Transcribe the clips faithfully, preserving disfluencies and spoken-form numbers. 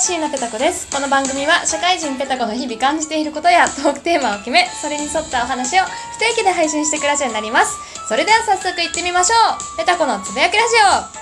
椎名ペタ子です。この番組は社会人ペタ子の日々感じていることやトークテーマを決め、それに沿ったお話を不定期で配信していくラジオになります。それでは早速行ってみましょう。ペタ子のつぶやきラジオ。はい、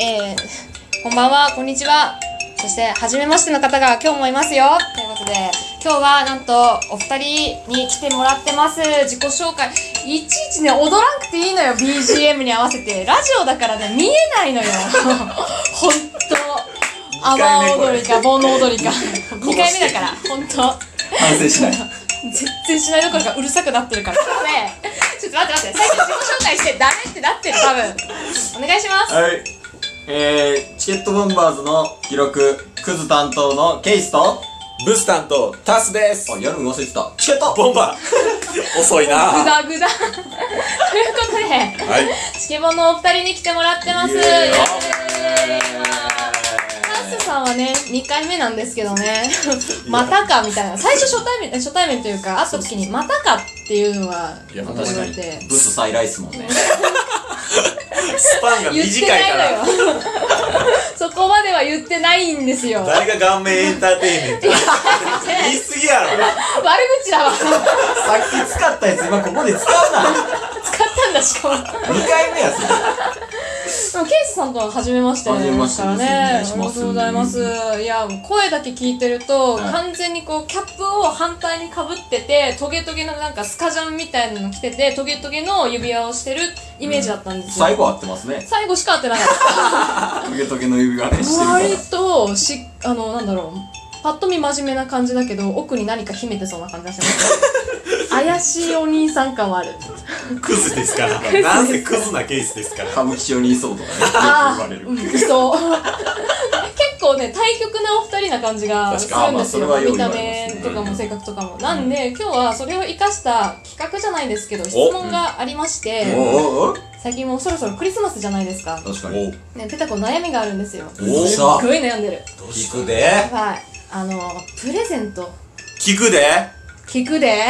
えー、こんばんは、こんにちは、そして初めましての方が今日もいますよ。ということで今日はなんとお二人に来てもらってます。自己紹介いちいちね踊らんくていいのよ。 ビージーエム に合わせて。ラジオだからね見えないのよほんと阿波踊りか盆踊りかにかいめだからほんと反省しない全然しないどころかうるさくなってるからね。ちょっと待って待って、最初自己紹介してダメってなってる多分。お願いします。 はい、えー、チケットボンバーズの記録クズ担当のケイスとブス担当タスです。 あ、やるの忘れてた。チケットボンバー遅いなグダグダということで、はい、チケボンのお二人に来てもらってます。イエーイ。タスさんはねにかいめなんですけどねまたかみたいな。最初初対面初対面というか会った時にまたかっていうのは確かにブス再来っすもんねスパンが短いから言ってないのよそこまでは言ってないんですよ。 誰が顔面エンターテインメント言い過ぎやろ。 悪口だわさっき使ったやつ今ここで使うな。 使ったんだしかもにかいめやつ。 でもケイスさんとは初めましてですからね。ありがとうございます。いや声だけ聞いてると、はい、完全にこうキャップを反対にかぶっててトゲトゲのなんかスカジャンみたいなの着ててトゲトゲの指輪をしてるイメージだったんですよ、 うん、最後合ってますね。 最後しか合ってなかったトゲトゲの指輪ねしてるから割としあのなんだろう、パッと見真面目な感じだけど奥に何か秘めてそうな感じがします怪しいお兄さん感はあるクズですからなんせクズなケースですから。 歌舞伎町にいそうとかねあよく言われる、 うん、いそう結構ね対極なお二人な感じがするんですよ、まあ、見た目とかも性格とかも、うん、なんで今日はそれを生かした企画じゃないですけど質問がありまして、うん、最近もうそろそろクリスマスじゃないですか。 確かにね、ペタコ悩みがあるんですよ。すっごい悩んでる。 聞くではい、あのプレゼント聞くで聞くで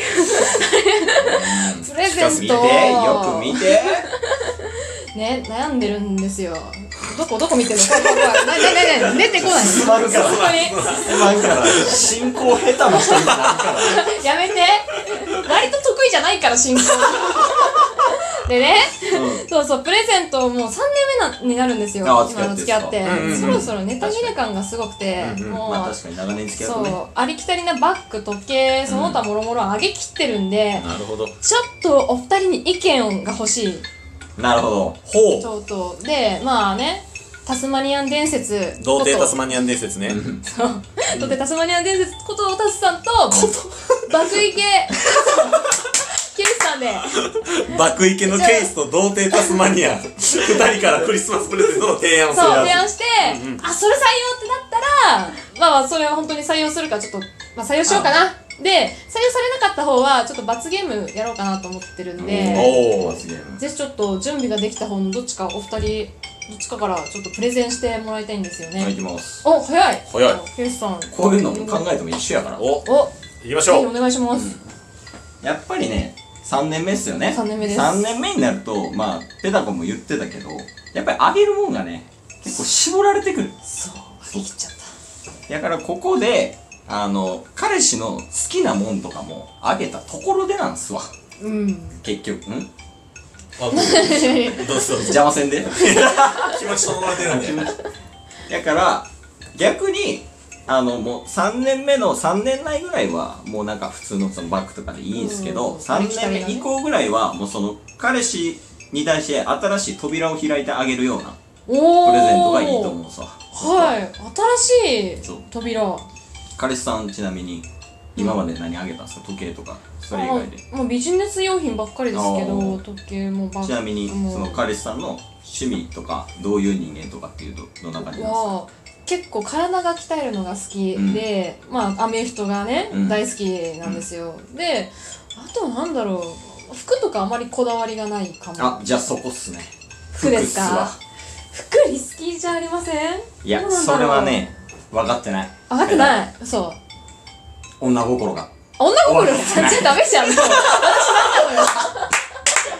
プレゼント見てよく見てね、悩んでるんですよ。どこどこ見てるの？怖い怖い怖い。なになになに出てこない。 進まんから進まんから進行下手な人になるからやめて。割と得意じゃないから進行でね、うん、そうそうプレゼントもうさんねんめなになるんですよ。今の付き合って、うんうんうん、そろそろネタ切れ感がすごくて、 うんうん、 もう、 まあ、確かに長年付き合ってね、 そうありきたりなバッグ時計その他もろもろ上げきってるんで、 うん、なるほど。 ちょっとお二人に意見が欲しい。 なるほど。 ほう。 ちょっとでまあね、タスマニアン伝説童貞タスマニアン伝説ねそう童貞タスマニアン伝説ことをタスさんと爆イケケイスさんで爆イケのケースと童貞タスマニアふたりからクリスマスプレゼントの提案をするやつ。 そう提案して、うんうん、あそれ採用ってなったらまあまあそれは本当に採用するかちょっと、まあ、採用しようかな。で採用されなかった方はちょっと罰ゲームやろうかなと思ってるんで、 おおぜひちょっと準備ができた方のどっちかお二人どっちかからちょっとプレゼンしてもらいたいんですよね。 はい、行きます。 お、早い早い。 ケイスさんこういうの考えても一緒やから。 おお行きましょう。 お願いします、 うん、やっぱりねさんねんめっすよね。 さんねんめです。 さんねんめになるとまあペタコも言ってたけどやっぱりあげるもんがね結構絞られてくる。 そうあげきっちゃっただからここであの彼氏の好きなもんとかもあげたところでなんすわ。 うん結局んあどうぞどうぞ邪魔せんで気持ち整えてるんでだから逆にあのもうさんねんめのさんねんまえぐらいはもうなんか普通のそのバッグとかでいいんですけど、うん、さんねんめ以降ぐらいはもうその彼氏に対して新しい扉を開いてあげるようなプレゼントがいいと思うさ。 はい新しい扉。 彼氏さんちなみに今まで何あげたんですか？時計とかそれ以外で。 もうビジネス用品ばっかりですけど時計もバッグも。 ちなみにその彼氏さんの趣味とかどういう人間とかっていうとどんな感じなんですか？ 結構体が鍛えるのが好きで、うん、まあアメフトがね、うん、大好きなんですよ、うん、であとなんだろう服とかあまりこだわりがないかも。 あじゃあそこっすね。 服ですか？服に好きじゃありません？ いやそれはね分かってない。 分かってない。そう女心が女心がじゃダメじゃん。もう私なんなのよ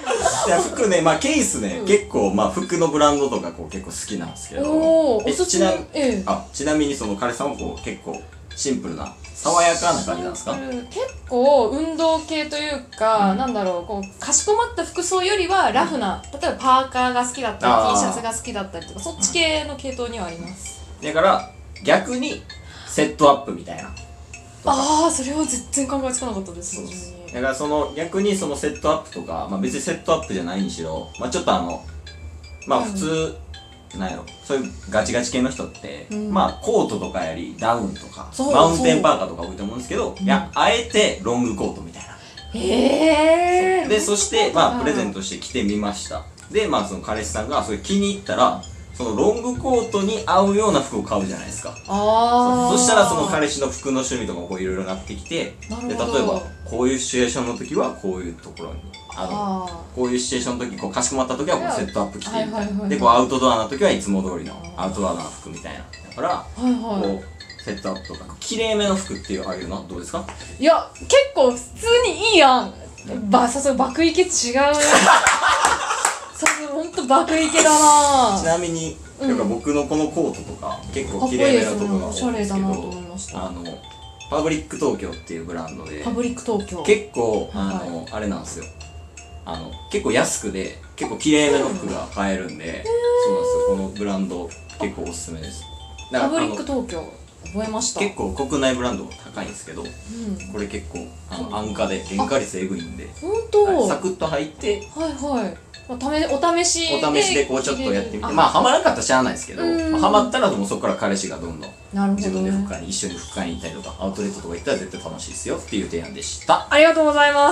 いや服ね、まあケースね、 うん結構まあ服のブランドとかこう結構好きなんですけど、 おー、 えおすすめちなええあちなみにその彼氏さんはこう結構シンプルな爽やかな感じなんですか？ 結構運動系というか、 うんなんだろう、こうかしこまった服装よりはラフな、例えばパーカーが好きだったあーり T シャツが好きだったりとか、そっち系の系統にはあります。 だから逆にセットアップみたいなとかああ、それは全然考えつかなかったです。 そう自分にだからその逆にそのセットアップとか、まあ、別にセットアップじゃないにしろ、まあ、ちょっとあのまあうん普通、なんやろそういうガチガチ系の人って、 うんまあコートとかよりダウンとかそうマウンテンパーカーとか多いと思うんですけど、 うんいやあえてロングコートみたいなへえ。 でそしてまあプレゼントして着てみましたでまあその彼氏さんがそれ気に入ったらそのロングコートに合うような服を買うじゃないですかああ。 そしたらその彼氏の服の趣味とかもこういろいろなってきてなるで例えほどばこういうシチュエーションの時はこういうところにあのあこういうシチュエーションの時こうかしこまった時はこうセットアップ着てみたいな、 はいはいはいはいでこうアウトドアの時はいつも通りのアウトドアな服みたいなだからあ。はいはい。 こうセットアップとか綺麗めの服っていうあげるのはどうですか？ いや、結構普通にいいやん。ば、さすが爆イケ違う。さすがほんと爆イケだなちなみに、 うんなんか僕のこのコートとか結構かっこいい綺麗めですね。 なとこが多おしゃいんですけどれだなと思いました。 あのパブリック東京っていうブランドでパブリック東京。 結構あはいの、あれなんですよあの結構安くで結構綺麗めの服が買えるんで、そうなんですよこのブランド結構おすすめですだからパブリックあの東京。覚えました。 結構国内ブランド高いんですけどうん。 これ結構あの安価で原価率えぐいんで、 ほんと。 はいはいサクッと入ってはい。まあ、ため、お試しで。 お試しでこうちょっとやってみてあまあハマらなかったらしゃあないですけど、 うんまあ、ハマったらでもそこから彼氏がどんどんなるほどね。 自分で服買いに一緒に服買いに行ったりとかアウトレットとか行ったら絶対楽しいですよっていう提案でしたありがとうございます。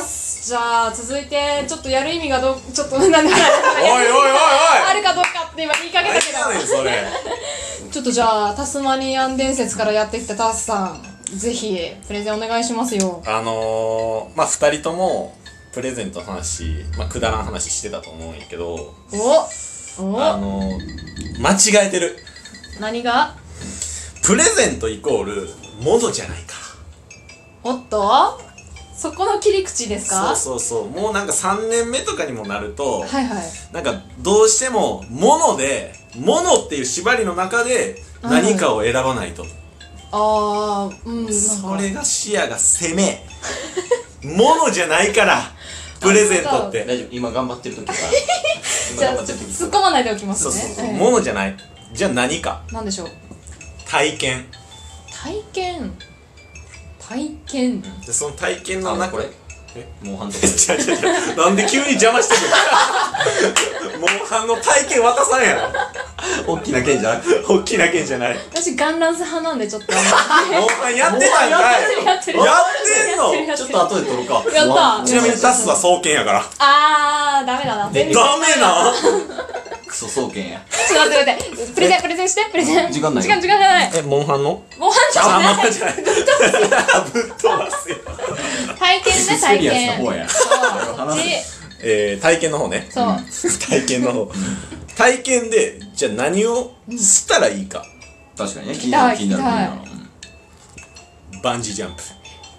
じゃあ続いてちょっとやる意味がどうちょっとなんでなんでおいおいおいおいあるかどうかって今言いかけたけ何やねんそれど、ちょっとじゃあタスマニアン伝説からやってきたタスさん、ぜひプレゼンお願いしますよ。 あのー、まあふたりともプレゼントの話、まあくだらん話してたと思うんやけどおお、 あのー、間違えてる。 何が？ プレゼントイコールものじゃないかおっと、そこの切り口ですら。 か？ そうそうそう。もうなんかさんねんめとかにもなると、 はいはい。 なんかどうしてもものでものっていう縛りの中で何かを選ばないと、 あー、うん、なんかそれが視野が狭めものじゃないからプレゼントって大丈夫今頑張ってる時から今じゃあ頑張ってる時突っ込まないでおきますね。 そうそうそう、 ええものじゃない。じゃあ何かなんでしょう。 体験体験体験でその体験の中あのこれえもう半年ちゃちゃちゃなんで急に邪魔してくるモンハンの体験渡さんやろ大きな剣じゃなくて大きな剣じゃない私ガンランス派なんでちょっとあモンハンやってたんかいやってるややってんのちょっと後で撮ろうかやったちなみにタスは双剣やからあーダメだな全然ダメなクソ双剣やちょっと待って待ってプレゼンプレゼンしてプレゼン時間ない時間時間じゃないえモンハンのもう半じゃあないモンハンじゃないぶっ飛ばすよ体験ね体シリアスな験方やそう話すでえー、体験の方ねそう体験の方体験でじゃあ何をしたらいいか、 確かにね気になる気になる気になるバンジージャンプ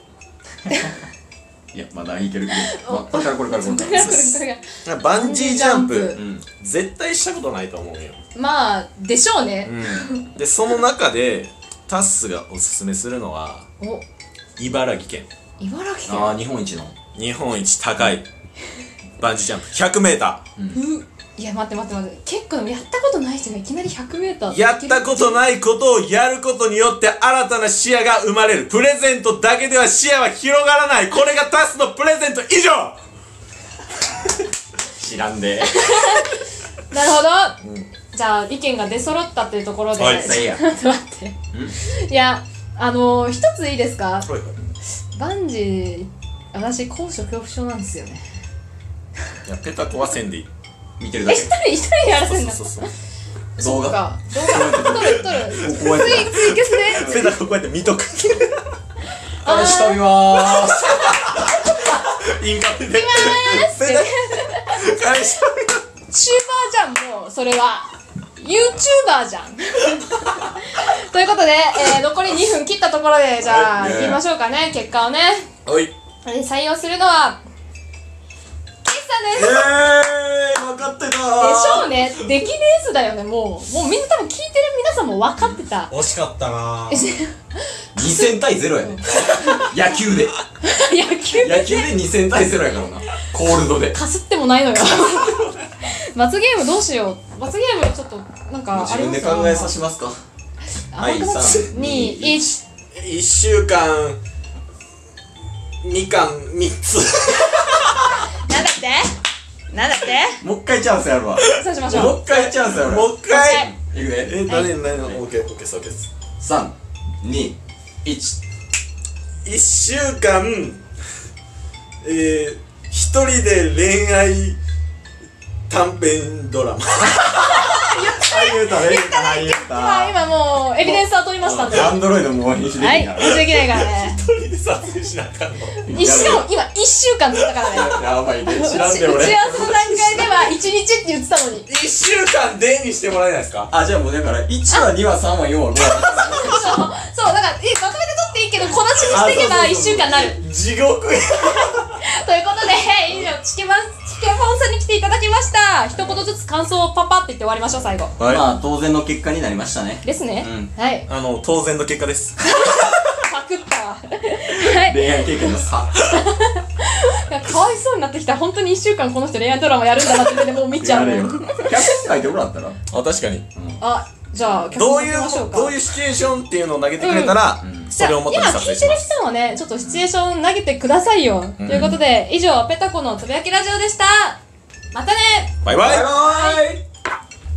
いやまだいけるけど、まあ、これからこれからこれかこれらがこれがこれがバンジージャンプバンジージャンうん絶対したことないと思うよ、 まあでしょうねうん、でその中でタッスがおすすめするのはお茨城県茨城ああ県日本一の日本一高いバンジージャンプ ひゃくメータういや待って待って待って結構やったことない人がいきなり ひゃくメーターーやったことないことをやることによって新たな視野が生まれる。プレゼントだけでは視野は広がらない。これがタスのプレゼント以上。 知らんでなるほど、 うんじゃあ意見が出揃ったっていうところで、 はいせいやちょっと待っていやあのー、一ついいですか。 はいはいバンジー私高所恐怖症なんですよね。 いやペタコはせんでいい。 え見てるだけ一人一人でやらせんだ。 そうそうそう動画そうか動画撮る撮るこうやってツイツイキャスでペタコこうやって見とく。 彼氏飛びまーすインカメで。 ーすペタ彼氏チューバーじゃんもうそれは YouTuber じゃんということで、えー、残りにふん切ったところでじゃあはい行きましょうかね結果をね。 おい。 えー採用するのはケイです。 えー、分かってたでしょうね。出来レースだよね、もう。もうみんな多分聞いてる皆さんも分かってた。 惜しかったなにせん対ゼロやね野球で野球野球でにせん対ゼロやからなコールドでかすってもないのよ。罰ゲームどうしよう。罰ゲームちょっと、なんか、 自分で考えさしますか。はいさんにいち。 いっしゅうかんみかんみっつなんだってなんだってもう一回チャンスやるわそうしましょう。 もう一回チャンスやるもう一回いくでえ、なになにオッケーオッケーそうですさんにいちいっしゅうかんえー、一人で恋愛短編ドラマあ言うたね言うたな言う今、今もう、エビデンスは取りましたんで。はアンドロイドもう編集できい、 ない編集できないからね。 一人で撮影しなあかんの一週、今、一週間って言ったからね。 やばいね知らん打ち合わで俺せの段階では一日って言ってたのに。 いっしゅうかんでにしてもらえないですかあじゃあもうだからいちはにはさんはよんはごはそう、そう、だから、え、まとめて取っていいけど、小出しにしていけば一週間になる。 地獄やということで、以上、チケバン、チケボンさんに来ていただきました。一言ずつ感想をパパって言って終わりましょう、最後。 はいまあ当然の結果になりましたねですね。 うはい。 あの当然の結果ですパクったわ。はい。 恋愛経験の差いやかわいそうになってきた。本当にいっしゅうかんこの人恋愛ドラマやるんだなってでもう見ちゃうやれよの。 脚本書いてもらったらあ確かにあ、じゃあ、脚本どういう書きましょうか。 どういうシチュエーションっていうのを投げてくれたら、 うんそれをもとに今撮聞いてる影します人もね、ちょっとシチュエーション投げてくださいよ。ということで、以上、ペタコのつぶやきラジオでした。またね。 バイバイバイバイ